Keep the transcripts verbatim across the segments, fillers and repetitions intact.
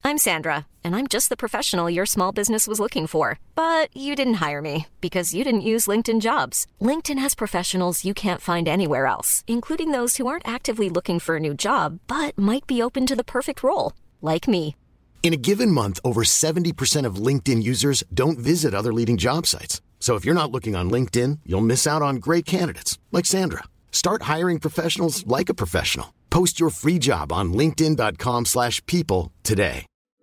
I'm Sandra, and I'm just the professional your small business was looking for. But you didn't hire me because you didn't use LinkedIn Jobs. LinkedIn has professionals you can't find anywhere else, including those who aren't actively looking for a new job, but might be open to the perfect role, like me. In a given month, over seventy percent of LinkedIn users don't visit other leading job sites. So if you're not looking on LinkedIn, you'll miss out on great candidates like Sandra. Start hiring professionals like a professional. Post your free job on linkedin dot com slash people today.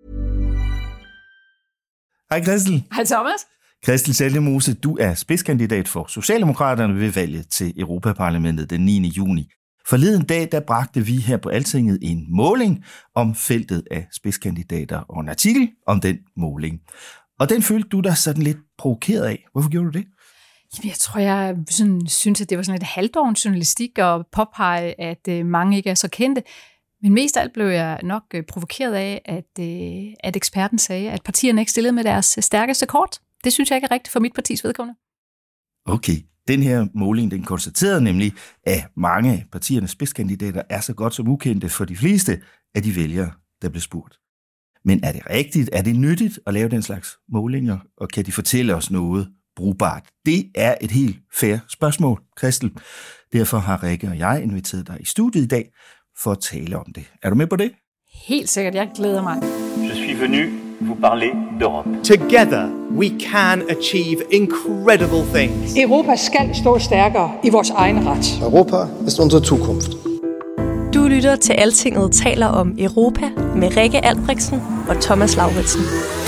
Hej Christel. Hej Thomas. Christel Schaldemose, du er spidskandidat for Socialdemokraterne ved valget til Europaparlamentet den niende juni. Forleden dag, der bragte vi her på Altinget en måling om feltet af spidskandidater og en artikel om den måling. Og den følte du dig sådan lidt provokeret af. Hvorfor gjorde du det? Jamen, jeg tror, jeg sådan, synes, at det var sådan et halvdårens journalistik at påpege, at øh, mange ikke er så kendte. Men mest af alt blev jeg nok øh, provokeret af, at, øh, at eksperten sagde, at partierne ikke stillede med deres stærkeste kort. Det synes jeg ikke er rigtigt for mit partis vedkommende. Okay, den her måling, den konstaterede nemlig, at mange af partiernes spidskandidater er så godt som ukendte for de fleste af de vælgere, der blev spurgt. Men er det rigtigt? Er det nyttigt at lave den slags målinger? Og kan de fortælle os noget brugbart? Det er et helt fair spørgsmål, Christel. Derfor har Rikke og jeg inviteret dig i studiet i dag for at tale om det. Er du med på det? Helt sikkert, jeg glæder mig. Je suis venu vous parler d'Europe. Together we can achieve incredible things. Europa skal stå stærkere i vores egen ret. Europa ist unsere Zukunft. Du lytter til Altinget taler om Europa med Rikke Albrechtsen og Thomas Lauritsen.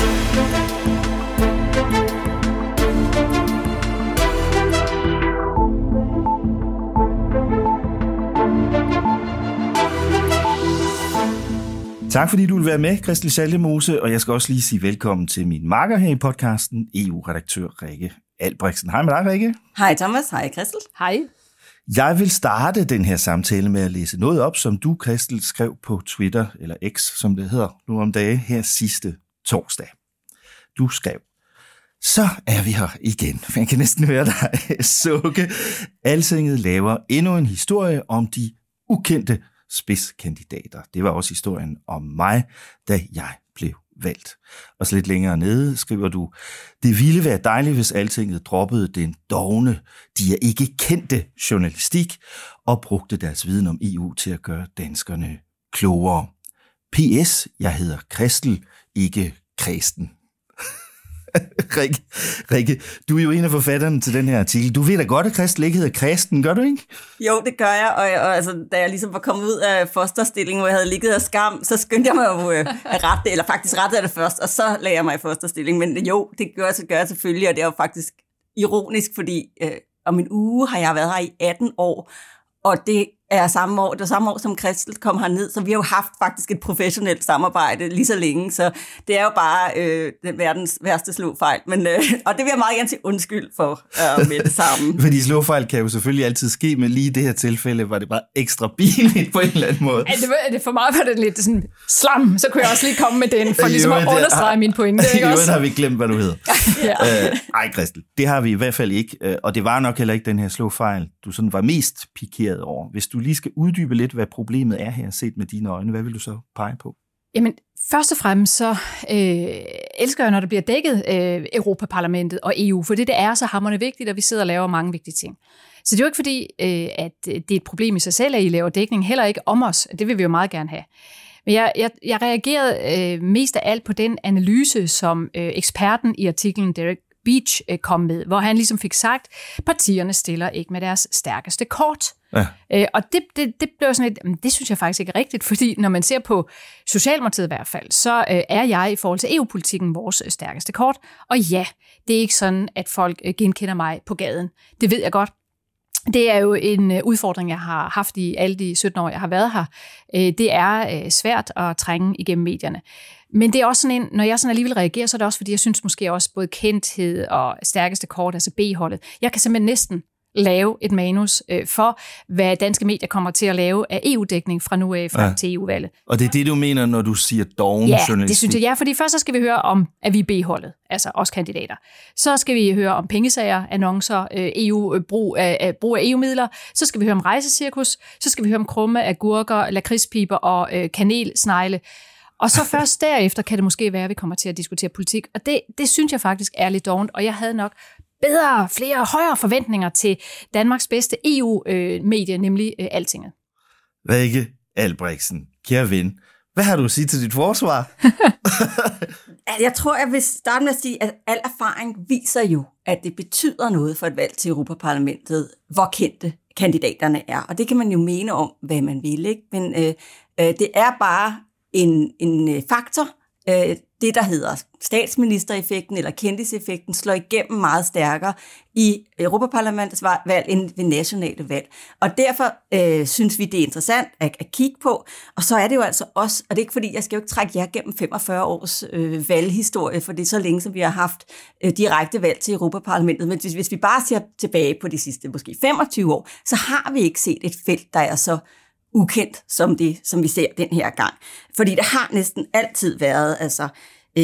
Tak fordi du vil være med, Christel Schaldemose, og jeg skal også lige sige velkommen til min makker her i podcasten, E U-redaktør Rikke Albrechtsen. Hej med dig, Rikke. Hej Thomas, hej Christel. Hej. Jeg vil starte den her samtale med at læse noget op, som du, Christel, skrev på Twitter, eller X, som det hedder nu om dage, her sidste torsdag. Du skrev: Så er vi her igen. Man kan næsten høre dig sukke. Altinget laver endnu en historie om de ukendte spidskandidater. Det var også historien om mig, da jeg blev valgt. Og så lidt længere nede skriver du: Det ville være dejligt, hvis Altinget droppede den dovne, de er ikke kendte journalistik, og brugte deres viden om E U til at gøre danskerne klogere. P S. Jeg hedder Christel, ikke Kristen. Rikke, Rikke, du er jo en af forfatterne til den her artikel. Du ved da godt, at Christel ikke hedder Kristen, gør du ikke? Jo, det gør jeg, og, og altså, da jeg ligesom var kommet ud af fosterstillingen, hvor jeg havde ligget af skam, så skyndte jeg mig jo øh, at rette det, eller faktisk rettede det først, og så lagde jeg mig i fosterstilling. Men jo, det gør jeg, så gør jeg selvfølgelig, og det er jo faktisk ironisk, fordi øh, om en uge har jeg været her i atten år, og det er samme år, det er samme år, som Christel kom herned, så vi har jo haft faktisk et professionelt samarbejde lige så længe, så det er jo bare øh, den verdens værste slåfejl, men, øh, og det vil jeg meget gerne sige undskyld for øh, med det samme. Fordi slåfejl kan jo selvfølgelig altid ske, men lige i det her tilfælde var det bare ekstra pinligt på en eller anden måde. Ja, det, var, det for mig var det lidt sådan slam, så kunne jeg også lige komme med den, for ligesom at understrege min pointe. I øvrigt har vi glemt, hvad du hedder. Ja. øh, ej, Christel, det har vi i hvert fald ikke, og det var nok heller ikke den her slåfejl, du sådan var mest pikeret over. Hvis du lige skal uddybe lidt, hvad problemet er her, set med dine øjne, hvad vil du så pege på? Jamen, først og fremmest så øh, elsker jeg, når der bliver dækket øh, Europaparlamentet og E U, for det, det er så hamrende vigtigt, at vi sidder og laver mange vigtige ting. Så det er jo ikke fordi, øh, at det er et problem i sig selv, at I laver dækning, heller ikke om os. Det vil vi jo meget gerne have. Men jeg, jeg, jeg reagerede øh, mest af alt på den analyse, som øh, eksperten i artiklen Derek Beach øh, kom med, hvor han ligesom fik sagt, partierne stiller ikke med deres stærkeste kort. Ja. Øh, og det, det, det blev sådan et, det synes jeg faktisk ikke er rigtigt, fordi når man ser på Socialdemokratiet i hvert fald, så øh, er jeg i forhold til E U-politikken vores øh, stærkeste kort. Og ja, det er ikke sådan, at folk øh, genkender mig på gaden. Det ved jeg godt. Det er jo en øh, udfordring, jeg har haft i alle de sytten år, jeg har været her. Øh, det er øh, svært at trænge igennem medierne. Men det er også sådan en, når jeg sådan alligevel reagerer, så er det også, fordi jeg synes måske også både kendthed og stærkeste kort, altså B-holdet. Jeg kan simpelthen næsten lave et manus øh, for, hvad danske medier kommer til at lave af E U-dækning fra nu af frem ja. til E U-valget. Og det er det, du mener, når du siger doven ja, journalistik? Ja, det synes jeg. Ja, fordi først så skal vi høre om, at vi er B-holdet, altså os kandidater. Så skal vi høre om pengesager, annoncer, øh, E U, brug af, af, brug af E U-midler. Så skal vi høre om rejsecirkus. Så skal vi høre om krumme, agurker, lakridspiber og øh, kanelsnegle. Og så først derefter kan det måske være, at vi kommer til at diskutere politik. Og det, det synes jeg faktisk er lidt dovent, og jeg havde nok bedre, flere, højere forventninger til Danmarks bedste E U-medie, nemlig øh, Altinget. Rikke Albrechtsen, kære ven, hvad har du at sige til dit forsvar? Jeg tror, jeg vil starte med at sige, at al erfaring viser jo, at det betyder noget for et valg til Europaparlamentet, hvor kendte kandidaterne er. Og det kan man jo mene om, hvad man vil, ikke? Men øh, øh, det er bare en, en faktor. Øh, det, der hedder statsministereffekten eller kendiseffekten, slår igennem meget stærkere i Europaparlamentets valg end ved nationale valg. Og derfor øh, synes vi, det er interessant at, at kigge på. Og så er det jo altså også, og det er ikke fordi, jeg skal jo ikke trække jer gennem femogfyrre års øh, valghistorie, for det er så længe, som vi har haft øh, direkte valg til Europaparlamentet. Men hvis, hvis vi bare ser tilbage på de sidste måske femogtyve år, så har vi ikke set et felt, der er så ukendt som det, som vi ser den her gang. Fordi det har næsten altid været, altså, øh,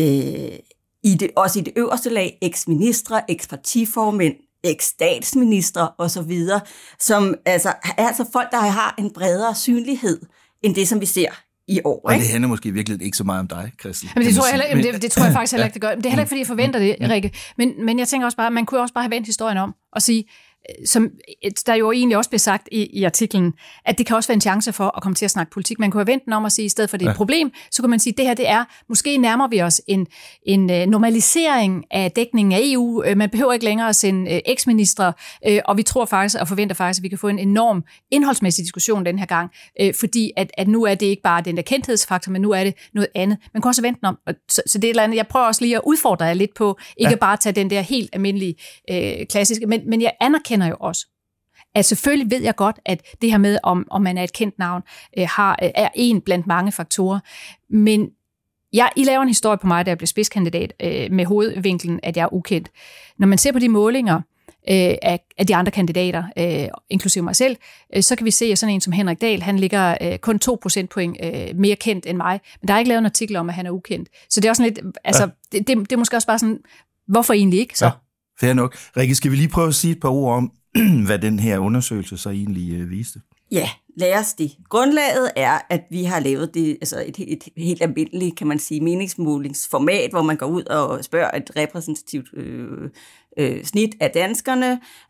i det, også i det øverste lag, eks-ministre, eks-partiformænd, eks-statsministre osv., som altså, er altså folk, der har en bredere synlighed, end det, som vi ser i år. Og det handler måske virkelig ikke så meget om dig, Christel. Men det, tror jeg heller, men det, det tror jeg faktisk heller ikke, det gør. Men det er heller ikke, fordi jeg forventer det, Rikke. Men, men jeg tænker også bare, man kunne også bare have vendt historien om og sige, som der jo egentlig også blev sagt i, i artiklen, at det kan også være en chance for at komme til at snakke politik. Man kunne have vendt den om at sige, i stedet for det er et ja. problem, så kan man sige, at det her det er, måske nærmer vi os en, en normalisering af dækningen af E U. Man behøver ikke længere at sende eksministre, og vi tror faktisk og forventer faktisk, at vi kan få en enorm indholdsmæssig diskussion den her gang, fordi at, at nu er det ikke bare den der kendthedsfaktor, men nu er det noget andet. Man kan også vente den om, så, så det er et eller andet. Jeg prøver også lige at udfordre jer lidt på, ikke ja. bare tage den der helt almindelige øh, klassiske, men, men jeg anerkender jo også, at selvfølgelig ved jeg godt, at det her med, om, om man er et kendt navn, øh, har, øh, er en blandt mange faktorer. Men jeg, I laver en historie på mig, da jeg blev spidskandidat, øh, med hovedvinklen, at jeg er ukendt. Når man ser på de målinger øh, af, af de andre kandidater, øh, inklusive mig selv, øh, så kan vi se, at sådan en som Henrik Dahl, han ligger øh, kun to procentpoint øh, mere kendt end mig. Men der er ikke lavet en artikel om, at han er ukendt. Så det er også sådan lidt, altså, ja. det, det, det er måske også bare sådan, hvorfor egentlig ikke så? Ja. Fair nok. Rikke, skal vi lige prøve at sige et par ord om, hvad den her undersøgelse så egentlig øh, viste? Ja, lad os det. Grundlaget er, at vi har lavet det, altså et, et, et helt almindeligt, kan man sige, meningsmålingsformat, hvor man går ud og spørger et repræsentativt øh, øh, snit af danskerne,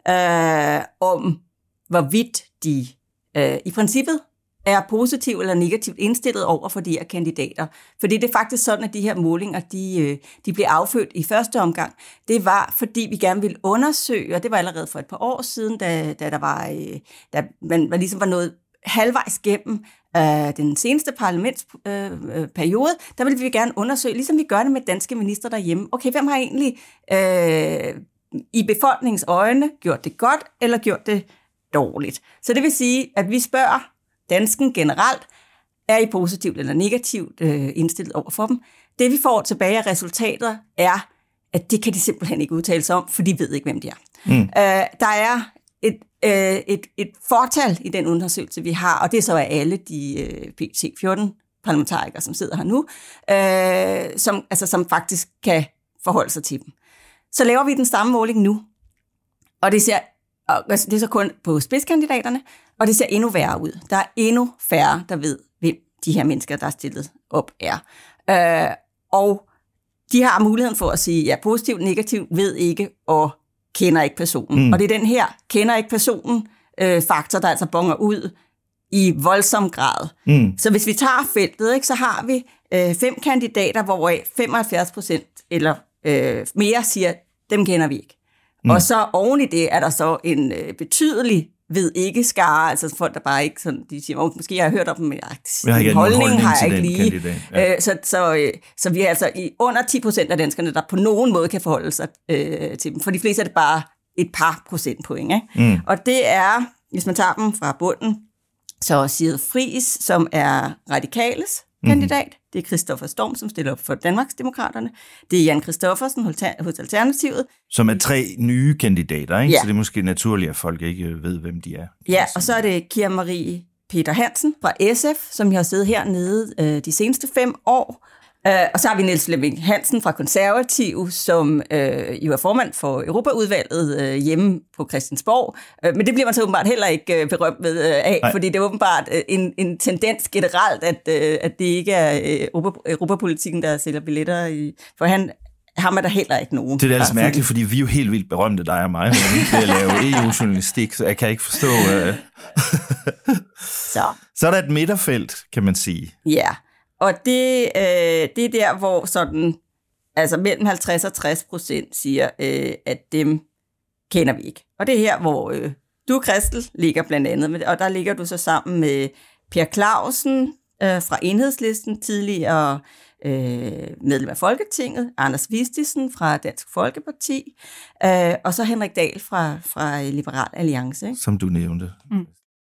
øh, om hvorvidt de øh, i princippet er positivt eller negativt indstillet over for de her kandidater. Fordi det er faktisk sådan, at de her målinger, de, de blev afført i første omgang. Det var, fordi vi gerne ville undersøge, og det var allerede for et par år siden, da, da der var, da man, man ligesom var nået halvvejs gennem øh, den seneste parlamentsperiode, øh, der ville vi gerne undersøge, ligesom vi gør det med danske minister derhjemme. Okay, hvem har egentlig øh, i befolkningens øjne gjort det godt, eller gjort det dårligt? Så det vil sige, at vi spørger dansken generelt, er I positivt eller negativt øh, indstillet over for dem. Det vi får tilbage af resultater er, at det kan de simpelthen ikke udtale sig om, for de ved ikke, hvem de er. Mm. Øh, der er et, øh, et, et fortal i den undersøgelse, vi har, og det er så af alle de øh, P T fjorten parlamentarikere, som sidder her nu, øh, som, altså, som faktisk kan forholde sig til dem. Så laver vi den samme måling nu, og det ser og det er så kun på spidskandidaterne, og det ser endnu værre ud. Der er endnu færre, der ved, hvem de her mennesker, der er stillet op, er. Øh, og de har muligheden for at sige, ja, positivt, negativt, ved ikke, og kender ikke personen. Mm. Og det er den her, kender ikke personen, øh, faktor, der altså bonger ud i voldsom grad. Mm. Så hvis vi tager feltet, ikke, så har vi øh, fem kandidater, hvoraf femoghalvfjerds procent eller øh, mere siger, dem kender vi ikke. Mm. Og så oven i det er der så en øh, betydelig ved ikke skare, altså folk, der bare ikke sådan, de siger, måske har jeg hørt om dem, men jeg har holdning, holdning har jeg ikke lige. Ja. Øh, så, så, øh, så vi er altså i under ti procent af danskerne, der på nogen måde kan forholde sig øh, til dem. For de fleste er det bare et par procentpoint. Ikke? Mm. Og det er, hvis man tager dem fra bunden, så Sigrid Friis, som er Radikales kandidat. Mm-hmm. Det er Christoffer Storm, som stiller op for Danmarksdemokraterne. Det er Jan Kristoffersen hos Alternativet. Som er tre nye kandidater, ikke? Ja. Så det er måske naturligt, at folk ikke ved, hvem de er. Ja, og så er det Kira Marie Peter Hansen fra S F, som har siddet hernede øh, de seneste fem år. Uh, og så har vi Niels Flemming Hansen fra Konservative, som uh, jo er formand for Europaudvalget uh, hjemme på Christiansborg. Uh, men det bliver man så åbenbart heller ikke uh, berømt med uh, af, Nej. fordi det er åbenbart uh, en, en tendens generelt, at, uh, at det ikke er uh, Europa, europapolitikken, der sælger billetter. I, for han ham er der heller ikke nogen. Det er altså mærkeligt, fordi vi er jo helt vildt berømte, dig og mig, når vi skal lave E U-journalistik, så jeg kan ikke forstå... Uh... så. så er der et midterfelt, kan man sige. Ja, og det, øh, det er der, hvor sådan, altså mellem halvtreds og tres procent siger, øh, at dem kender vi ikke. Og det er her, hvor øh, du, Christel, ligger blandt andet, og der ligger du så sammen med Per Clausen øh, fra Enhedslisten, tidligere øh, medlem af Folketinget, Anders Vistisen fra Dansk Folkeparti, øh, og så Henrik Dahl fra, fra Liberal Alliance. Ikke? Som du nævnte. Mm.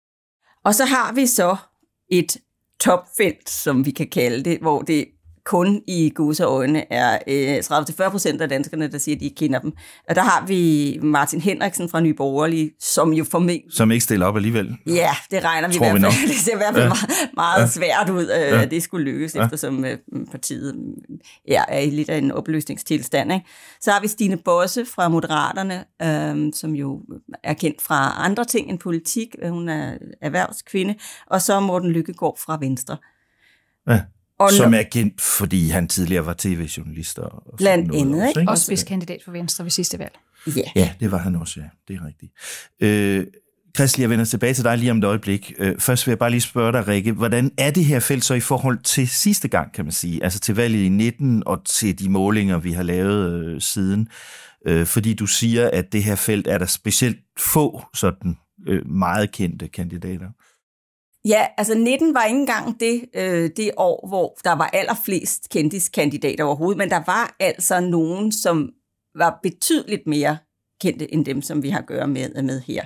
Og så har vi så et topfelt, som vi kan kalde det, hvor det kun i godseøjne er øh, tredive til fyrre procent af danskerne, der siger, at de ikke kender dem. Og der har vi Martin Henriksen fra Nye Borgerlige, som jo formentlig... Som ikke stiller op alligevel. Ja, det regner vi i hvert fald. Det ser i hvert fald ja. meget, meget ja. svært ud, øh, ja. at det skulle lykkes, ja. eftersom øh, partiet ja, er i lidt af en opløsningstilstand. Ikke? Så har vi Stine Bosse fra Moderaterne, øh, som jo er kendt fra andre ting end politik. Hun er erhvervskvinde. Og så Morten Lykkegaard fra Venstre. Ja. Og som er kendt, fordi han tidligere var tv-journalist. Og blandt andet, ikke? Og spidskandidat for Venstre ved sidste valg. Ja, ja det var han også, ja. Det er rigtigt. Øh, Christel, jeg vender tilbage til dig lige om et øjeblik. Øh, først vil jeg bare lige spørge dig, Rikke, hvordan er det her felt så i forhold til sidste gang, kan man sige? Altså til valget i nitten og til de målinger, vi har lavet øh, siden. Øh, fordi du siger, at det her felt er der specielt få sådan øh, meget kendte kandidater. Ja, altså nitten var ikke engang det, øh, det år, hvor der var allerflest kendiskandidater overhovedet, men der var altså nogen, som var betydeligt mere kendte end dem, som vi har at gøre med, med her.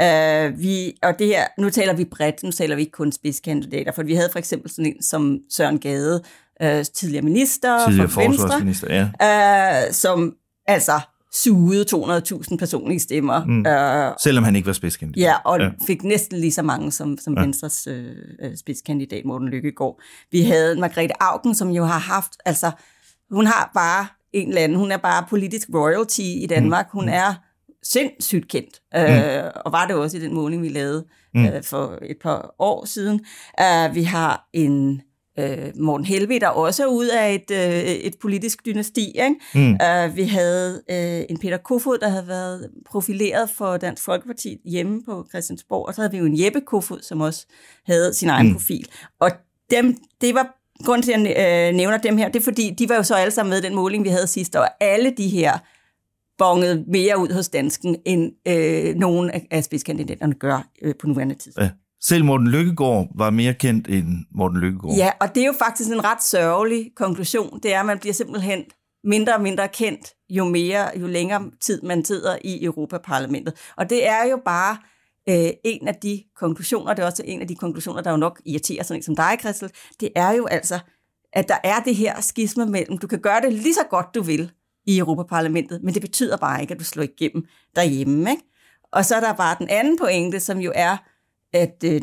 Uh, vi, og det her, nu taler vi bredt, nu taler vi ikke kun spidskandidater, for vi havde for eksempel sådan en som Søren Gade, uh, tidligere minister tidligere for Venstre, ja. uh, som altså sugede to hundrede tusind personlige stemmer. Mm. Uh, Selvom han ikke var spidskandidat. Ja, og ja. fik næsten lige så mange som, som ja. Venstres øh, spidskandidat, Morten Lykkegaard. Vi havde Margrethe Auken, som jo har haft, altså, hun har bare en eller anden, hun er bare politisk royalty i Danmark. Hun er sindssygt kendt, mm. øh, og var det også i den måling, vi lavede mm. øh, for et par år siden. Uh, vi har en Øh, Morten Helveg, der også er ude af et, øh, et politisk dynasti. Ikke? Mm. Uh, vi havde øh, en Peter Kofod, der havde været profileret for Dansk Folkeparti hjemme på Christiansborg, og så havde vi jo en Jeppe Kofod, som også havde sin egen mm. profil. Og dem, det var grunden til, at jeg øh, nævner dem her, det er fordi, de var jo så alle sammen med i den måling, vi havde sidste år, og alle de her bongede mere ud hos dansken, end øh, nogen af, af spidskandidaterne gør øh, på nuværende tidspunkt. Ja. Selv Morten Lykkegaard var mere kendt end Morten Lykkegaard. Ja, og det er jo faktisk en ret sørgelig konklusion. Det er, at man bliver simpelthen mindre og mindre kendt, jo mere, jo længere tid man sidder i Europaparlamentet. Og det er jo bare øh, en af de konklusioner, det er også en af de konklusioner, der jo nok irriterer sådan en som dig, Christel. Det er jo altså, at der er det her skisme mellem, du kan gøre det lige så godt du vil i Europaparlamentet, men det betyder bare ikke, at du slår igennem derhjemme. Ikke? Og så er der bare den anden pointe, som jo er, At, øh,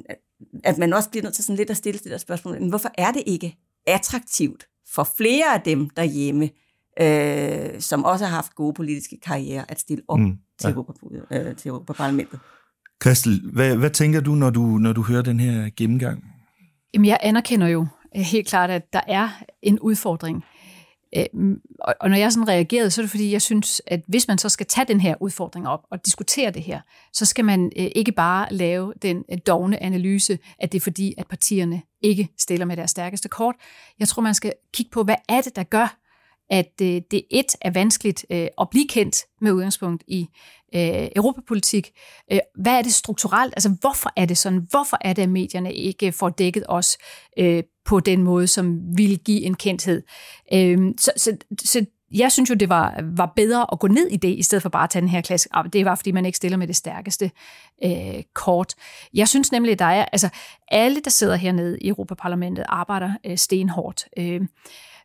at man også bliver nødt til sådan lidt at stille det der spørgsmål, men hvorfor er det ikke attraktivt for flere af dem derhjemme, øh, som også har haft gode politiske karrierer, at stille op mm, ja. til, Europa, øh, til Europaparlamentet? Christel, hvad, hvad tænker du, når du, når du hører den her gennemgang? Jamen, jeg anerkender jo helt klart, at der er en udfordring. Og når jeg sådan reagerede, så er det fordi, jeg synes, at hvis man så skal tage den her udfordring op og diskutere det her, så skal man ikke bare lave den dovne analyse, at det er fordi, at partierne ikke stiller med deres stærkeste kort. Jeg tror, man skal kigge på, hvad er det, der gør, at det et er vanskeligt at blive kendt med udgangspunkt i europapolitik. Hvad er det strukturelt? Altså, hvorfor er det sådan? Hvorfor er det, at medierne ikke får dækket os på den måde, som ville give en kendthed? Så, så, så jeg synes jo, det var, var bedre at gå ned i det, i stedet for bare at tage den her klasse. Det var, fordi man ikke stiller med det stærkeste øh, kort. Jeg synes nemlig, at der er, altså alle, der sidder hernede i Europaparlamentet, arbejder øh, stenhårdt. Øh,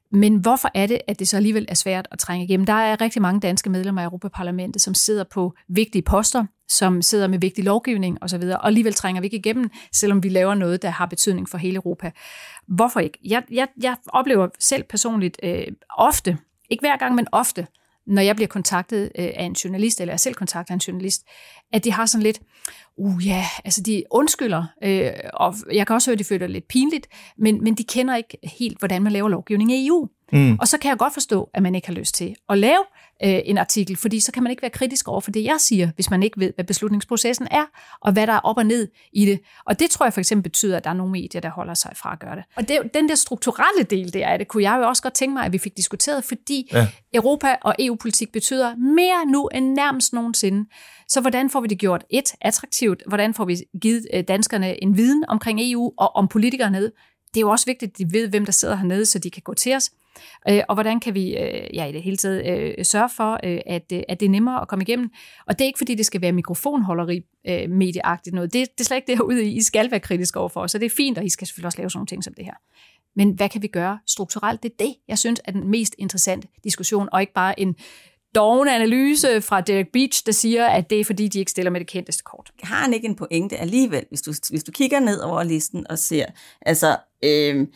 Men hvorfor er det, at det så alligevel er svært at trænge igennem? Der er rigtig mange danske medlemmer af Europaparlamentet, som sidder på vigtige poster, som sidder med vigtig lovgivning osv., og alligevel trænger vi ikke igennem, selvom vi laver noget, der har betydning for hele Europa. Hvorfor ikke? Jeg, jeg, jeg oplever selv personligt øh, ofte, ikke hver gang, men ofte, når jeg bliver kontaktet øh, af en journalist, eller jeg selv kontakter en journalist, at de har sådan lidt, uh ja, yeah, altså de undskylder, øh, og jeg kan også høre, at de føler det lidt pinligt, men, men de kender ikke helt, hvordan man laver lovgivning i E U. Mm. Og så kan jeg godt forstå, at man ikke har lyst til at lave øh, en artikel, fordi så kan man ikke være kritisk over for det, jeg siger, hvis man ikke ved, hvad beslutningsprocessen er, og hvad der er op og ned i det. Og det tror jeg for eksempel betyder, at der er nogle medier, der holder sig fra at gøre det. Og det, den der strukturelle del der af det, kunne jeg jo også godt tænke mig, at vi fik diskuteret, fordi ja. Europa og E U-politik betyder mere nu end nærmest nogensinde. Så hvordan får vi det gjort et attraktivt? Hvordan får vi givet danskerne en viden omkring E U og om politikere nede? Det er jo også vigtigt, at de ved, hvem der sidder hernede, så de kan gå til os. Og hvordan kan vi ja, i det hele taget sørge for, at, at det er nemmere at komme igennem? Og det er ikke, fordi det skal være mikrofonholderi medieagtigt noget. Det, det er slet ikke det herude i. I skal være kritiske overfor, så det er fint, og I skal selvfølgelig også lave sådan nogle ting som det her. Men hvad kan vi gøre strukturelt? Det er det, jeg synes er den mest interessante diskussion, og ikke bare en doven analyse fra Derek Beach, der siger, at det er fordi, de ikke stiller med det kendteste kort. Har han ikke en pointe alligevel, hvis du, hvis du kigger ned over listen og ser, altså, øh,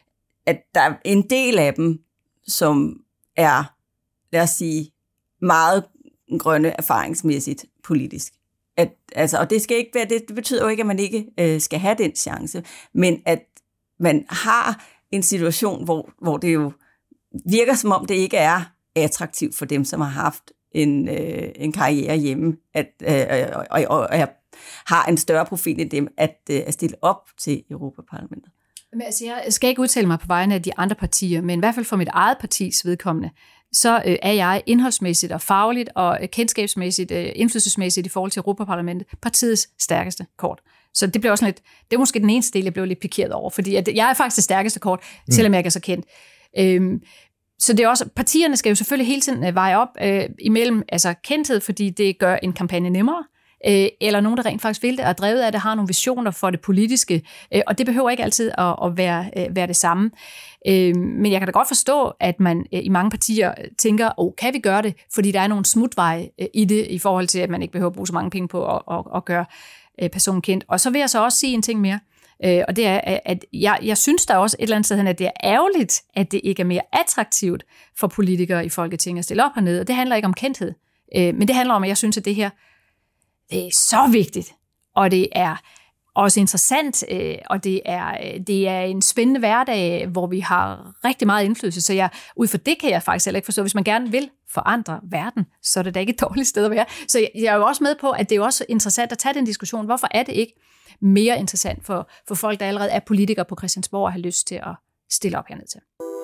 at der er en del af dem, som er, lad os sige, meget grønne erfaringsmæssigt politisk. At, altså, og det skal ikke være, det, det betyder jo ikke, at man ikke øh, skal have den chance, men at man har en situation, hvor, hvor det jo virker, som om det ikke er attraktivt for dem, som har haft en, øh, en karriere hjemme, at, øh, og, og, og, og har en større profil end dem, at, øh, at stille op til Europaparlamentet. Men altså, jeg skal ikke udtale mig på vegne af de andre partier, men i hvert fald for mit eget partis vedkommende, så øh, er jeg indholdsmæssigt og fagligt og kendskabsmæssigt, øh, indflydelsesmæssigt i forhold til Europaparlamentet, partiets stærkeste kort. Så det blev også lidt, det er måske den eneste del, jeg blev lidt pikeret over, fordi at jeg er faktisk det stærkeste kort, mm. selvom jeg ikke er så kendt. Øhm, Så det er også, partierne skal jo selvfølgelig hele tiden veje op øh, imellem altså kendthed, fordi det gør en kampagne nemmere, øh, eller nogen, der rent faktisk vil det, og er drevet af det, har nogle visioner for det politiske, øh, og det behøver ikke altid at, at være, øh, være det samme. Øh, men jeg kan da godt forstå, at man øh, i mange partier tænker, åh, kan vi gøre det? Fordi der er nogle smutveje øh, i det, i forhold til, at man ikke behøver at bruge så mange penge på at, at, at gøre øh, personen kendt. Og så vil jeg så også sige en ting mere, Øh, og det er, at jeg, jeg synes der også et eller andet sted, at det er ærgerligt, at det ikke er mere attraktivt for politikere i Folketinget at stille op hernede. Og det handler ikke om kendthed, øh, men det handler om, at jeg synes, at det her det er så vigtigt, og det er også interessant, øh, og det er, det er en spændende hverdag, hvor vi har rigtig meget indflydelse. Så jeg, ud for det kan jeg faktisk heller ikke forstå. Hvis man gerne vil forandre verden, så er det da ikke et dårligt sted at være. Så jeg, jeg er jo også med på, at det er også interessant at tage den diskussion. Hvorfor er det ikke mere interessant for, for folk, der allerede er politikere på Christiansborg, at have lyst til at stille op hernede til?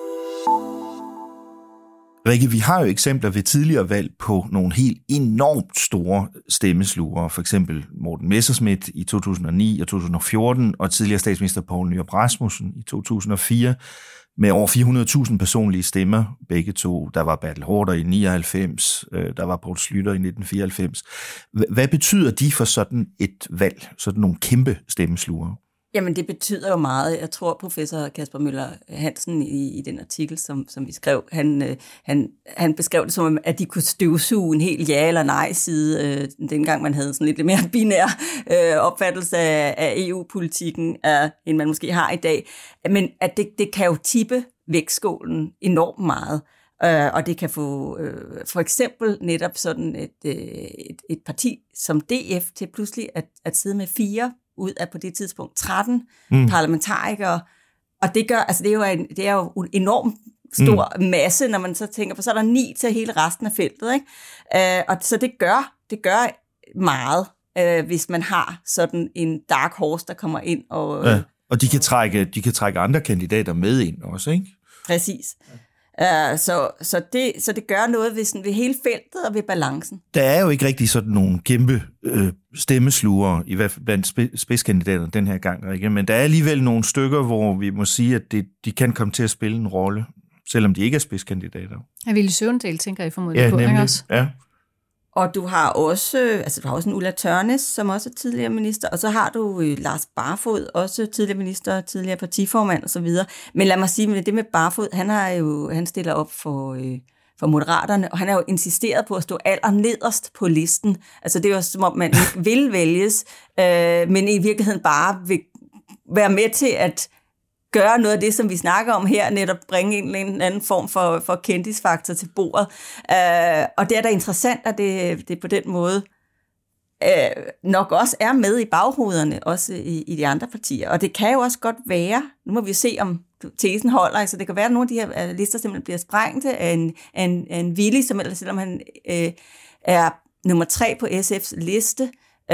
Rikke, vi har jo eksempler ved tidligere valg på nogle helt enormt store stemmesluger. For eksempel Morten Messerschmidt i to tusind og ni og to tusind og fjorten, og tidligere statsminister Poul Nyrup Rasmussen i to tusind og fire, med over fire hundrede tusind personlige stemmer, begge to. Der var Bertel Haarder i nioghalvfems, der var Poul Schlüter i nitten fireoghalvfems. Hvad betyder de for sådan et valg, sådan nogle kæmpe stemmesluger? Jamen, det betyder jo meget. Jeg tror, professor Kasper Møller Hansen i, i den artikel, som, som vi skrev, han, øh, han, han beskrev det som, at de kunne støvsuge en helt ja- eller nej-side, øh, dengang man havde sådan lidt mere binær øh, opfattelse af, af E U-politikken, øh, end man måske har i dag. Men at det, det kan jo tippe vægtskålen enormt meget. Øh, og det kan få øh, for eksempel netop sådan et, øh, et, et parti som D F til pludselig at, at sidde med fire ud af på det tidspunkt tretten mm. parlamentarikere, og det gør, altså det er jo en, det er jo en enormt stor mm. masse, når man så tænker på, så er der ni til hele resten af feltet, ikke? Øh, og så det gør, det gør meget, øh, hvis man har sådan en dark horse, der kommer ind og... Ja, og de kan trække, de kan trække andre kandidater med ind også, ikke? Præcis. Uh, så, så, det, så det gør noget ved, sådan, ved hele feltet og ved balancen. Der er jo ikke rigtig sådan nogle kæmpe øh, stemmesluger, i hvert fald blandt sp- spidskandidaterne den her gang, ikke? Men der er alligevel nogle stykker, hvor vi må sige, at det, de kan komme til at spille en rolle, selvom de ikke er spidskandidater. Jeg Villy Søvndal, tænker I formodentlig ja, på, nemlig. Ikke også? Ja, Og du har også, altså du har også en Ulla Tørnæs, som også er tidligere minister, og så har du øh, Lars Barfoed, også tidligere minister, tidligere partiformand osv. Men lad mig sige, med det med Barfoed, han har jo, han stiller op for, øh, for Moderaterne, og han har jo insisteret på at stå allernederst på listen. Altså det er jo som om, man ikke vil vælges, øh, men i virkeligheden bare vil være med til at gøre noget af det, som vi snakker om her, netop bringe en eller anden form for, for kendisfaktor til bordet. Uh, og det er da interessant, at det, det på den måde uh, nok også er med i baghovederne, også i, i de andre partier. Og det kan jo også godt være, nu må vi se, om tesen holder, altså det kan være, at nogle af de her lister simpelthen bliver sprængt af en, af en, af en Willy, som ellers, selvom han uh, er nummer tre på S F's liste,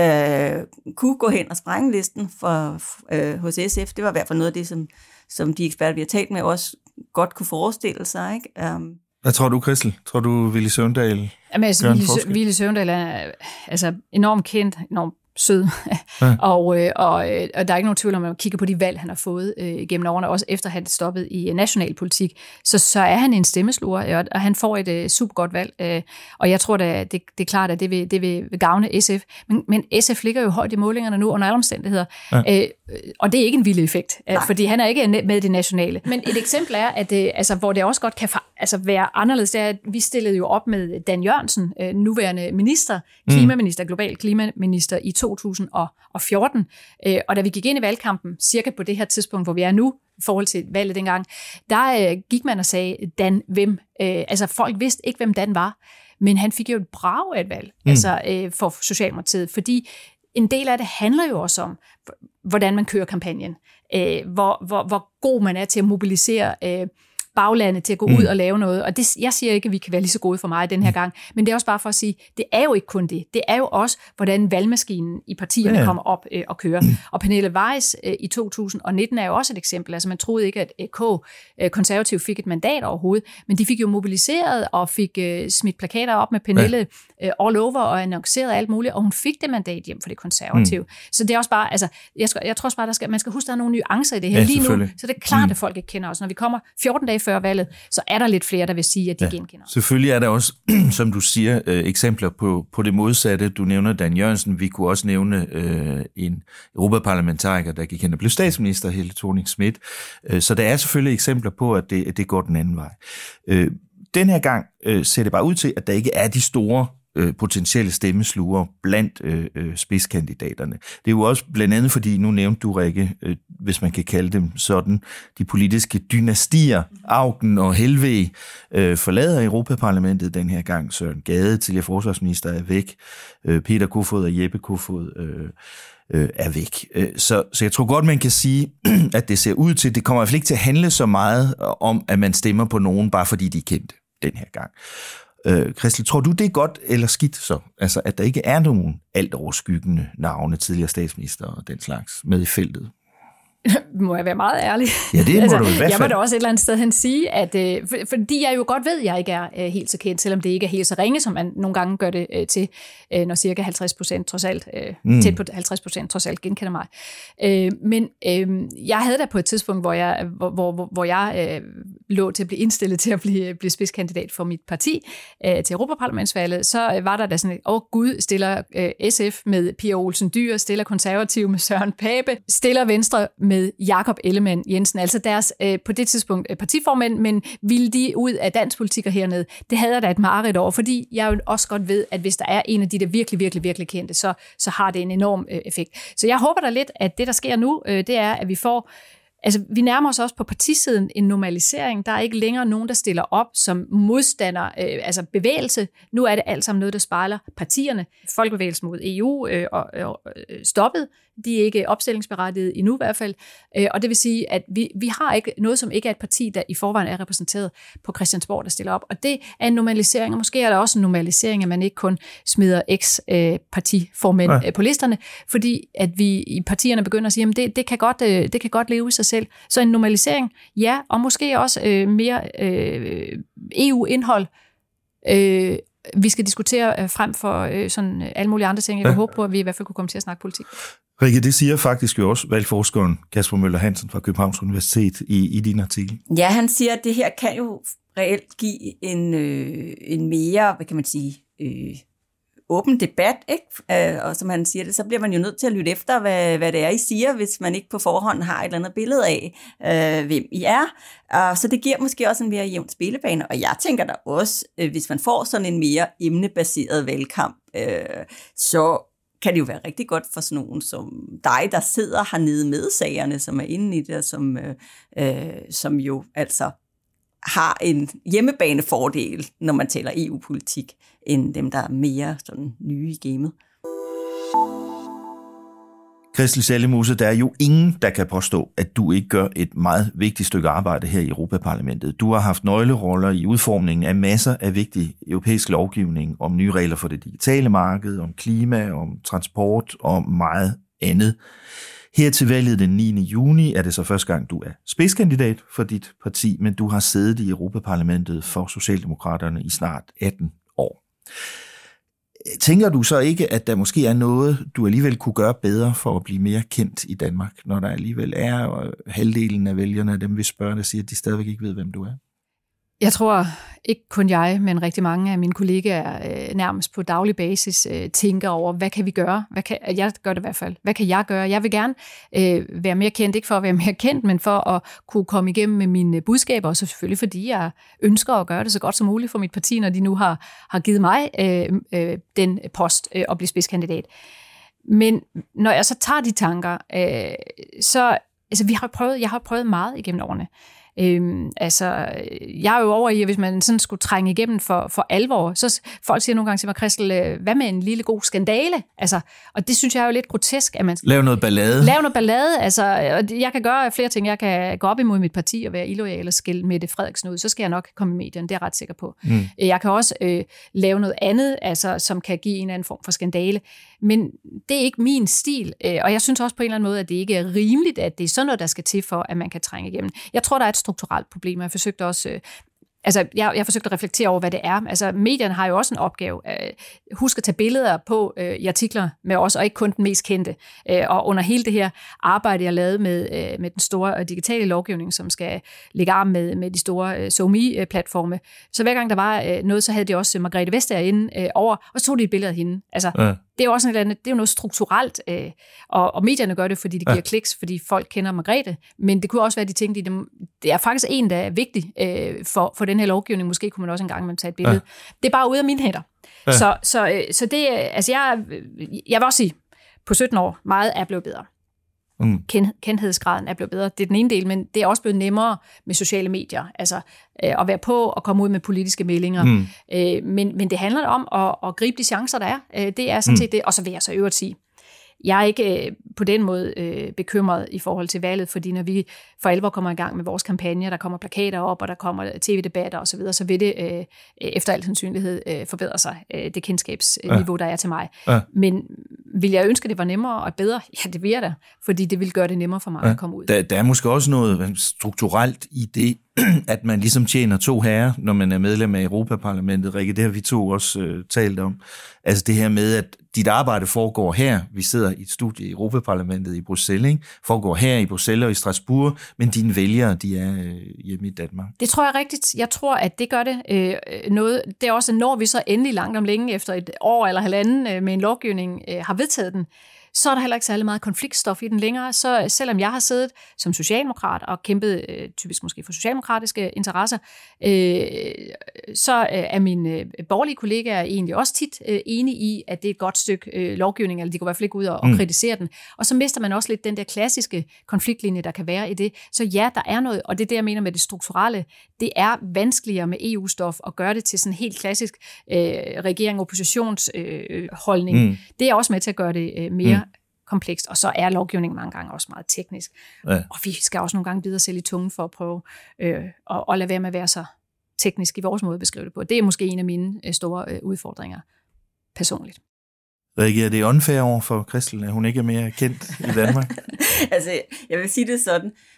Uh, kunne gå hen og sprænge listen for, uh, hos S F. Det var i hvert fald noget af det, som, som de eksperter, vi har talt med, også godt kunne forestille sig. Ikke? Um. Hvad tror du, Christel? Tror du, Villy Søvndal Jamen, altså, Villy, Sø- Villy Søvndal er altså, enormt kendt, enormt sød, ja. og, øh, og, og der er ikke nogen tvivl om, at man kigger på de valg, han har fået øh, gennem årene, også efter han stoppet i nationalpolitik, så, så er han en stemmesluger, og han får et øh, super godt valg, øh, og jeg tror, at det, det er klart, at det vil, det vil gavne S F, men, men S F ligger jo højt i målingerne nu under alle omstændigheder, ja. øh, og det er ikke en vild effekt, øh, fordi han er ikke med i det nationale. Men et eksempel er, at det, altså, hvor det også godt kan altså, være anderledes, det er, at vi stillede jo op med Dan Jørgensen, øh, nuværende minister, klimaminister, mm. global klimaminister i to tusind og fjorten, øh, og da vi gik ind i valgkampen, cirka på det her tidspunkt, hvor vi er nu, i forhold til valget dengang, der øh, gik man og sagde, Dan, hvem? Øh, altså folk vidste ikke, hvem Dan var, men han fik jo et brag af et valg, mm. altså øh, for Socialdemokratiet, fordi en del af det handler jo også om, hvordan man kører kampagnen, øh, hvor, hvor, hvor god man er til at mobilisere øh, baglandet til at gå mm. ud og lave noget. Og det, jeg siger ikke, at vi kan være lige så gode for mig den her gang, men det er også bare for at sige, det er jo ikke kun det. Det er jo også, hvordan valgmaskinen i partierne ja. kommer op øh, og kører. Mm. Og Pernille Weiss øh, i to tusind og nitten er jo også et eksempel. Altså man troede ikke, at K, øh, konservativ, fik et mandat overhovedet, men de fik jo mobiliseret og fik øh, smidt plakater op med Pernille ja. øh, all over og annonceret alt muligt, og hun fik det mandat hjem for det konservative. Mm. Så det er også bare, altså, jeg, skal, jeg tror også bare, der skal, man skal huske, der er nogle nuancer i det her. Ja, lige nu, så det er klart, mm. at folk ikke kender os. Når vi kommer fjorten dage før valget, så er der lidt flere, der vil sige, at de ja, genkender. Selvfølgelig er der også, som du siger, øh, eksempler på, på det modsatte. Du nævner Dan Jørgensen. Vi kunne også nævne øh, en europaparlamentariker, der gik hen og blev statsminister, Helle Thorning-Schmidt. Øh, så der er selvfølgelig eksempler på, at det, at det går den anden vej. Øh, den her gang øh, ser det bare ud til, at der ikke er de store øh, potentielle stemmesluger blandt øh, øh, spidskandidaterne. Det er jo også blandt andet, fordi nu nævnte du, Rikke, øh, hvis man kan kalde dem sådan, de politiske dynastier, Auken og Helveg, øh, forlader Europaparlamentet den her gang. Søren Gade, tidligere forsvarsminister, er væk. Øh, Peter Kofod og Jeppe Kofod øh, øh, er væk. Øh, så, så jeg tror godt, man kan sige, at det ser ud til, det kommer i hvert fald ikke til at handle så meget om, at man stemmer på nogen, bare fordi de er kendte den her gang. Øh, Christel, tror du, det er godt eller skidt så? Altså, at der ikke er nogen alt overskyggende navne, tidligere statsminister og den slags med i feltet? Må jeg være meget ærlig? Ja, det må altså, du i hvert fald. Jeg må da også et eller andet sted hen sige, at øh, for, fordi jeg jo godt ved, at jeg ikke er øh, helt så kendt, selvom det ikke er helt så ringe, som man nogle gange gør det øh, til, øh, når cirka halvtreds procent trods alt, øh, mm. tæt på halvtreds procent trods alt genkender mig. Øh, men øh, jeg havde da på et tidspunkt, hvor jeg, hvor, hvor, hvor jeg øh, lå til at blive indstillet til at blive, blive spidskandidat for mit parti øh, til Europaparlamentsvalget, så øh, var der da sådan et, åh oh, gud, stiller øh, S F med Pia Olsen Dyhr, stiller konservativ med Søren Pape, stiller Venstre med Jakob Ellemann Jensen, altså deres øh, på det tidspunkt øh, partiformænd, men ville de ud af dansk politik og hernede, det havde jeg da et mareridt over, fordi jeg jo også godt ved, at hvis der er en af de der virkelig, virkelig, virkelig kendte, så, så har det en enorm øh, effekt. Så jeg håber da lidt, at det, der sker nu, øh, det er, at vi får Altså, vi nærmer os også på partisiden en normalisering. Der er ikke længere nogen, der stiller op som modstander, øh, altså bevægelse. Nu er det alt sammen noget, der spejler partierne. Folkebevægelsen mod E U øh, og, og øh, stoppet. De er ikke opstillingsberettigede endnu i hvert fald. Øh, og det vil sige, at vi, vi har ikke noget, som ikke er et parti, der i forvejen er repræsenteret på Christiansborg, der stiller op. Og det er en normalisering, og måske er der også en normalisering, at man ikke kun smider eks-partiformænd øh, på listerne, fordi at vi i partierne begynder at sige, at det, det, kan godt, øh, det kan godt leve i sig selv. Så en normalisering, ja, og måske også øh, mere øh, E U-indhold. Øh, vi skal diskutere øh, frem for øh, sådan alle mulige andre ting. Jeg vil ja. håbe på, at vi i hvert fald kunne komme til at snakke politik. Rikke, det siger faktisk jo også valgforskeren Kasper Møller Hansen fra Københavns Universitet i, i din artikel. Ja, han siger, at det her kan jo reelt give en, øh, en mere, hvad kan man sige, øh, åben debat, ikke? Øh, og som han siger det, så bliver man jo nødt til at lytte efter, hvad, hvad det er, I siger, hvis man ikke på forhånd har et eller andet billede af, øh, hvem I er. Og så det giver måske også en mere jævn spillebane, og jeg tænker da også, øh, hvis man får sådan en mere emnebaseret valgkamp, øh, så kan det jo være rigtig godt for sådan nogen som dig, der sidder hernede med sagerne, som er inde i det, som, øh, øh, som jo altså har en hjemmebanefordel, når man taler E U-politik, end dem, der er mere sådan nye i gamet. Christel Schaldemose, der er jo ingen, der kan påstå, at du ikke gør et meget vigtigt stykke arbejde her i Europaparlamentet. Du har haft nøgleroller i udformningen af masser af vigtig europæisk lovgivning om nye regler for det digitale marked, om klima, om transport og meget andet. Her til valget den niende juni er det så første gang, du er spidskandidat for dit parti, men du har siddet i Europaparlamentet for Socialdemokraterne i snart atten år. Tænker du så ikke, at der måske er noget, du alligevel kunne gøre bedre for at blive mere kendt i Danmark, når der alligevel er og halvdelen af vælgerne af dem, vi spørger, der siger, at de stadigvæk ikke ved, hvem du er? Jeg tror ikke kun jeg, men rigtig mange af mine kollegaer øh, nærmest på daglig basis øh, tænker over, hvad kan vi gøre? Hvad kan, jeg gør det i hvert fald. Hvad kan jeg gøre? Jeg vil gerne øh, være mere kendt, ikke for at være mere kendt, men for at kunne komme igennem med mine budskaber, og så selvfølgelig fordi jeg ønsker at gøre det så godt som muligt for mit parti, når de nu har, har givet mig øh, øh, den post øh, at blive spidskandidat. Men når jeg så tager de tanker, øh, så altså, vi har prøvet, jeg har prøvet meget igennem årene. Øhm, altså, jeg er jo over i, at hvis man sådan skulle trænge igennem for, for alvor, så folk siger nogle gange til mig, Christel, hvad med en lille god skandale? Altså, og det synes jeg er jo lidt grotesk, at man skal lave noget ballade. Lave noget ballade, altså, og jeg kan gøre flere ting. Jeg kan gå op imod mit parti og være illoyal og skille Mette Frederiksen ud, så skal jeg nok komme i medierne, det er jeg ret sikker på. Mm. Jeg kan også øh, lave noget andet, altså, som kan give en eller anden form for skandale, men det er ikke min stil, og jeg synes også på en eller anden måde, at det ikke er rimeligt, at det er sådan noget, der skal til for, at man kan trænge igennem. Jeg tror, der er et strukturelt problem, og jeg forsøgte også... Øh, Altså, jeg, jeg forsøgte at reflektere over, hvad det er. Altså, medierne har jo også en opgave. Husk at tage billeder på øh, i artikler med os, og ikke kun den mest kendte. Øh, og under hele det her arbejde, jeg lavede med, øh, med den store digitale lovgivning, som skal lægge arm med, med de store øh, SoMe-platforme, så hver gang der var øh, noget, så havde de også Margrethe Vestager inde øh, over, og så tog de et billede af hende. Altså, ja. Det er jo også en eller anden, det er jo noget strukturelt, øh, og, og medierne gør det, fordi det giver ja. kliks, fordi folk kender Margrethe, men det kunne også være, de tænkte, det, det er faktisk en, der er vigtig øh, for, for den her lovgivning. Måske kunne man også engang tage et billede. Ja. Det er bare ude af mine hænder. Ja. Så, så, så det, altså jeg, jeg vil også sige, på sytten år, meget er blevet bedre. Mm. Kend, kendthedsgraden er blevet bedre. Det er den ene del, men det er også blevet nemmere med sociale medier. Altså øh, at være på og komme ud med politiske meldinger. Mm. Øh, men, men det handler om at, at gribe de chancer, der er. Øh, det er sådan mm. set det. Og så vil jeg så øvrigt sige, jeg er ikke øh, på den måde øh, bekymret i forhold til valget, fordi når vi for alvor kommer i gang med vores kampagne, der kommer plakater op, og der kommer tv-debatter osv., så, så vil det øh, efter al sandsynlighed øh, forbedre sig, øh, det kendskabsniveau, ja. der er til mig. Ja. Men vil jeg ønske, at det var nemmere og bedre? Ja, det vil jeg da, fordi det vil gøre det nemmere for mig ja. at komme ud. Der, der er måske også noget strukturelt i det, at man ligesom tjener to herrer, når man er medlem af Europaparlamentet. Rikke, det har vi to også øh, talt om. Altså det her med, at dit arbejde foregår her. Vi sidder i et studie i Europaparlamentet i Bruxelles, ikke? Foregår her i Bruxelles og i Strasbourg, men dine vælgere, de er øh, hjemme i Danmark. Det tror jeg rigtigt. Jeg tror, at det gør det øh, noget. Det er også, når vi så endelig langt om længe, efter et år eller halvanden øh, med en lovgivning, øh, har vedtaget den, så er der heller ikke særlig meget konfliktstof i den længere. Så selvom jeg har siddet som socialdemokrat og kæmpet øh, typisk måske for socialdemokratiske interesser, øh, så er mine borgerlige kollegaer egentlig også tit øh, enige i, at det er et godt stykke øh, lovgivning, eller de går i hvert fald ikke ud og, og kritisere den. Og så mister man også lidt den der klassiske konfliktlinje, der kan være i det. Så ja, der er noget, og det er det, jeg mener med det strukturelle. Det er vanskeligere med E U-stof at gøre det til sådan en helt klassisk øh, regering-oppositionsholdning. Øh, mm. Det er også med til at gøre det øh, mere mm. komplekst, og så er lovgivningen mange gange også meget teknisk. Ja. Og vi skal også nogle gange bide os selv i tungen for at prøve øh, at, at lade være med at være så teknisk i vores måde at beskrive det på. Det er måske en af mine øh, store øh, udfordringer personligt. Rikke, er det unfair over for Christel, at hun ikke er mere kendt i Danmark? Altså, jeg vil sige det sådan.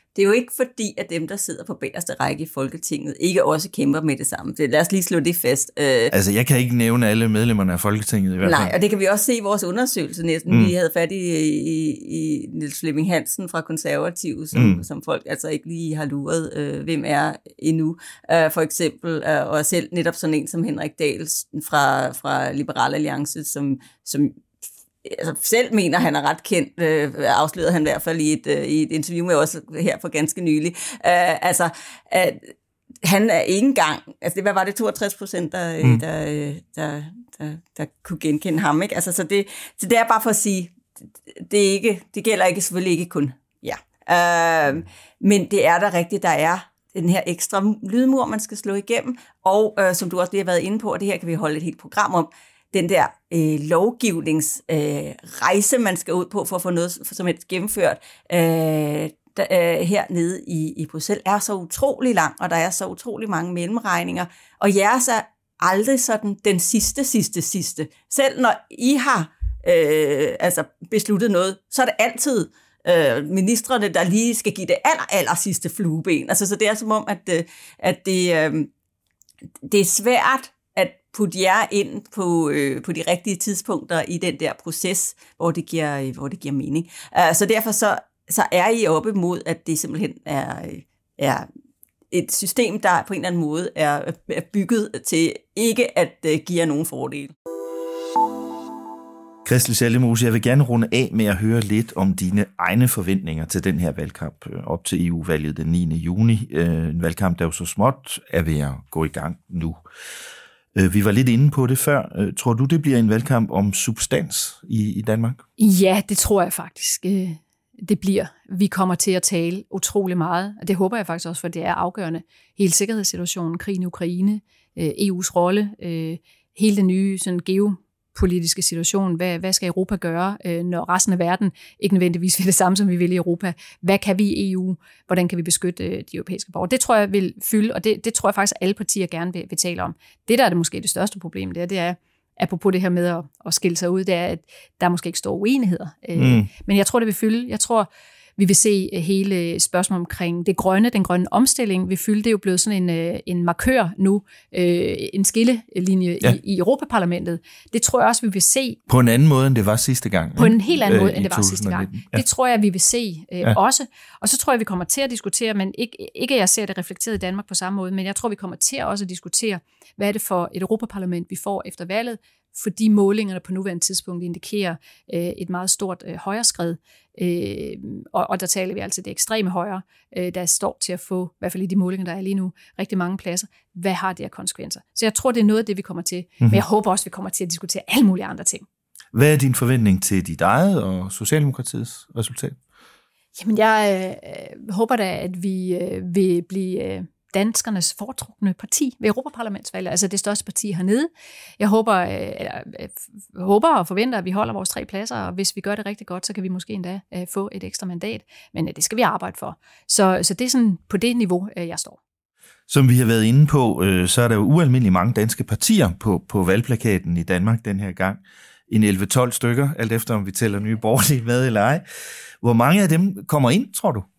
det er jo ikke fordi, at dem, der sidder på bagerste række i Folketinget, ikke også kæmper med det samme. Det, lad os lige slå det fast. Altså, jeg kan ikke nævne alle medlemmerne af Folketinget i hvert fald. Nej, og det kan vi også se i vores undersøgelse næsten. Mm. Vi havde fat i, i, i Niels Flemming Hansen fra Konservative, som, mm. som folk altså ikke lige har luret, øh, hvem er endnu. Uh, for eksempel, uh, og selv netop sådan en som Henrik Dahl fra, fra Liberal Alliance, som, som altså selv mener, han er ret kendt, øh, afslørede han i hvert fald i et, øh, i et interview med os her for ganske nylig. Øh, altså, øh, han er ikke engang, altså det, hvad var det, toogtres procent, der, mm. der, der, der, der kunne genkende ham, ikke? Altså, så det, så det er bare for at sige, det, er ikke, det gælder ikke selvfølgelig ikke kun, ja. Øh, men det er der rigtigt, der er den her ekstra lydmur, man skal slå igennem, og øh, som du også lige har været inde på, og det her kan vi holde et helt program om, den der øh, lovgivningsrejse, øh, man skal ud på for at få noget som helst gennemført øh, der, øh, hernede i, i Bruxelles, er så utrolig lang, og der er så utrolig mange mellemregninger, og jeres er aldrig sådan den sidste, sidste, sidste. Selv når I har øh, altså besluttet noget, så er det altid øh, ministrene, der lige skal give det aller, aller sidste flueben. Altså, så det er som om, at, øh, at det, øh, det er svært at putte jer ind på, øh, på de rigtige tidspunkter i den der proces, hvor det giver, hvor det giver mening. Uh, så derfor så, så er I oppe mod, at det simpelthen er, er et system, der på en eller anden måde er, er bygget til ikke at uh, give jer nogen fordele. Christel Schaldemose, jeg vil gerne runde af med at høre lidt om dine egne forventninger til den her valgkamp op til E U-valget den niende juni. En valgkamp, der jo så småt er ved at gå i gang nu. Vi var lidt inde på det før. Tror du, det bliver en valgkamp om substans i, i Danmark? Ja, det tror jeg faktisk, det bliver. Vi kommer til at tale utrolig meget, og det håber jeg faktisk også, for det er afgørende. Hele sikkerhedssituationen, krigen i Ukraine, E U's rolle, hele den nye sådan, geopolitiske situation. Hvad, hvad skal Europa gøre, når resten af verden ikke nødvendigvis vil det samme, som vi vil i Europa? Hvad kan vi i E U? Hvordan kan vi beskytte de europæiske borgere? Det tror jeg vil fylde, og det, det tror jeg faktisk, alle partier gerne vil, vil tale om. Det, der er det måske det største problem, det er, det er apropos det her med at, at skille sig ud, det er, at der måske ikke står uenigheder. Mm. Men jeg tror, det vil fylde. Jeg tror, vi vil se hele spørgsmålet omkring det grønne, den grønne omstilling vil fylde. Det er jo blevet sådan en, en markør nu, en skillelinje ja. i, i Europaparlamentet. Det tror jeg også, vi vil se. På en anden måde, end det var sidste gang. På en helt anden måde, øh, end det var sidste gang. Ja. Det tror jeg, vi vil se øh, ja. også. Og så tror jeg, vi kommer til at diskutere, men ikke, ikke at jeg ser det reflekteret i Danmark på samme måde, men jeg tror, vi kommer til også at diskutere, hvad er det for et Europaparlament, vi får efter valget, fordi målingerne på nuværende tidspunkt indikerer øh, et meget stort øh, højreskred. Øh, og, og der taler vi altså det ekstreme højre, øh, der står til at få, i hvert fald i de målinger, der er lige nu, rigtig mange pladser. Hvad har det af konsekvenser? Så jeg tror, det er noget af det, vi kommer til. Mm-hmm. Men jeg håber også, vi kommer til at diskutere alle mulige andre ting. Hvad er din forventning til dit eget og Socialdemokratiets resultat? Jamen, jeg øh, håber da, at vi øh, vil blive... Øh, danskernes foretrukne parti ved Europaparlamentsvalget, altså det største parti hernede. Jeg håber, eller, håber og forventer, at vi holder vores tre pladser, og hvis vi gør det rigtig godt, så kan vi måske endda uh, få et ekstra mandat, men uh, det skal vi arbejde for. Så, så det er sådan på det niveau, uh, jeg står. Som vi har været inde på, uh, så er der jo ualmindeligt mange danske partier på, på valgplakaten i Danmark den her gang. En elleve tolv stykker, alt efter om vi tæller Nye Borgerlige med eller ej. Hvor mange af dem kommer ind, tror du?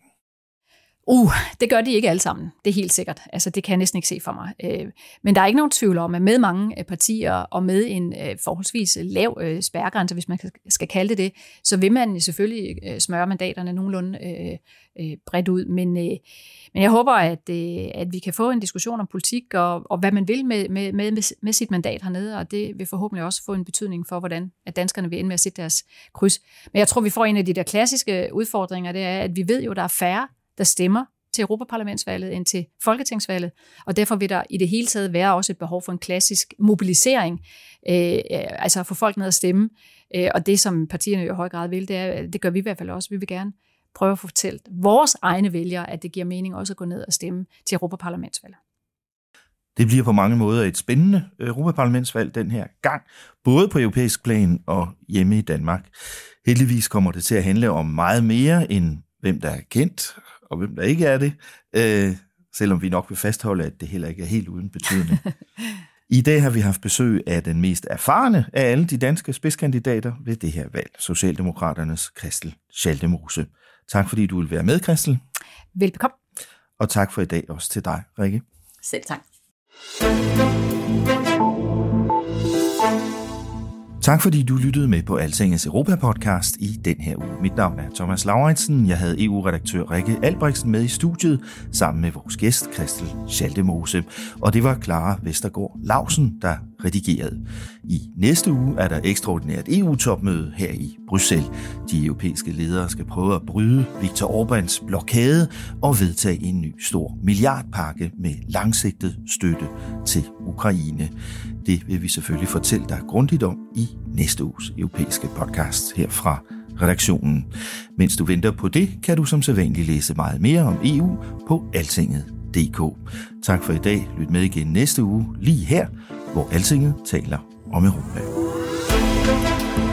Uh, det gør de ikke alle sammen. Det er helt sikkert. Altså, det kan jeg næsten ikke se for mig. Øh, men der er ikke nogen tvivl om, at med mange partier og med en øh, forholdsvis lav øh, spærregrænse, hvis man skal kalde det det, så vil man selvfølgelig øh, smøre mandaterne nogenlunde øh, øh, bredt ud. Men, øh, men jeg håber, at, øh, at vi kan få en diskussion om politik og, og hvad man vil med, med, med, med sit mandat hernede, og det vil forhåbentlig også få en betydning for, hvordan at danskerne vil ende med at sætte deres kryds. Men jeg tror, vi får en af de der klassiske udfordringer, det er, at vi ved jo, der er færre, der stemmer til Europaparlamentsvalget end til Folketingsvalget, og derfor vil der i det hele taget være også et behov for en klassisk mobilisering, øh, altså at få folk ned at stemme, øh, og det som partierne i høj grad vil, det, er, det gør vi i hvert fald også. Vi vil gerne prøve at fortælle vores egne vælgere, at det giver mening også at gå ned og stemme til Europaparlamentsvalget. Det bliver på mange måder et spændende Europaparlamentsvalg den her gang, både på europæisk plan og hjemme i Danmark. Heldigvis kommer det til at handle om meget mere end hvem der er kendt, og hvem der ikke er det, øh, selvom vi nok vil fastholde, at det heller ikke er helt uden betydning. I dag har vi haft besøg af den mest erfarne af alle de danske spidskandidater ved det her valg, Socialdemokraternes Christel Schaldemose. Tak fordi du vil være med, Christel. Velbekomme. Og tak for i dag også til dig, Rikke. Selv tak. Tak fordi du lyttede med på Altingets Europa-podcast i den her uge. Mit navn er Thomas Lauritsen. Jeg havde E U-redaktør Rikke Albrechtsen med i studiet, sammen med vores gæst, Christel Schaldemose. Og det var Clara Vestergaard Lausen, der redigerede. I næste uge er der ekstraordinært E U-topmøde her i Bruxelles. De europæiske ledere skal prøve at bryde Viktor Orbáns blokade og vedtage en ny stor milliardpakke med langsigtet støtte til Ukraine. Det vil vi selvfølgelig fortælle dig grundigt om i næste uges europæiske podcast her fra redaktionen. Mens du venter på det, kan du som sædvanligt læse meget mere om E U på altinget punktum d k. Tak for i dag. Lyt med igen næste uge, lige her, hvor Altinget taler om Europa.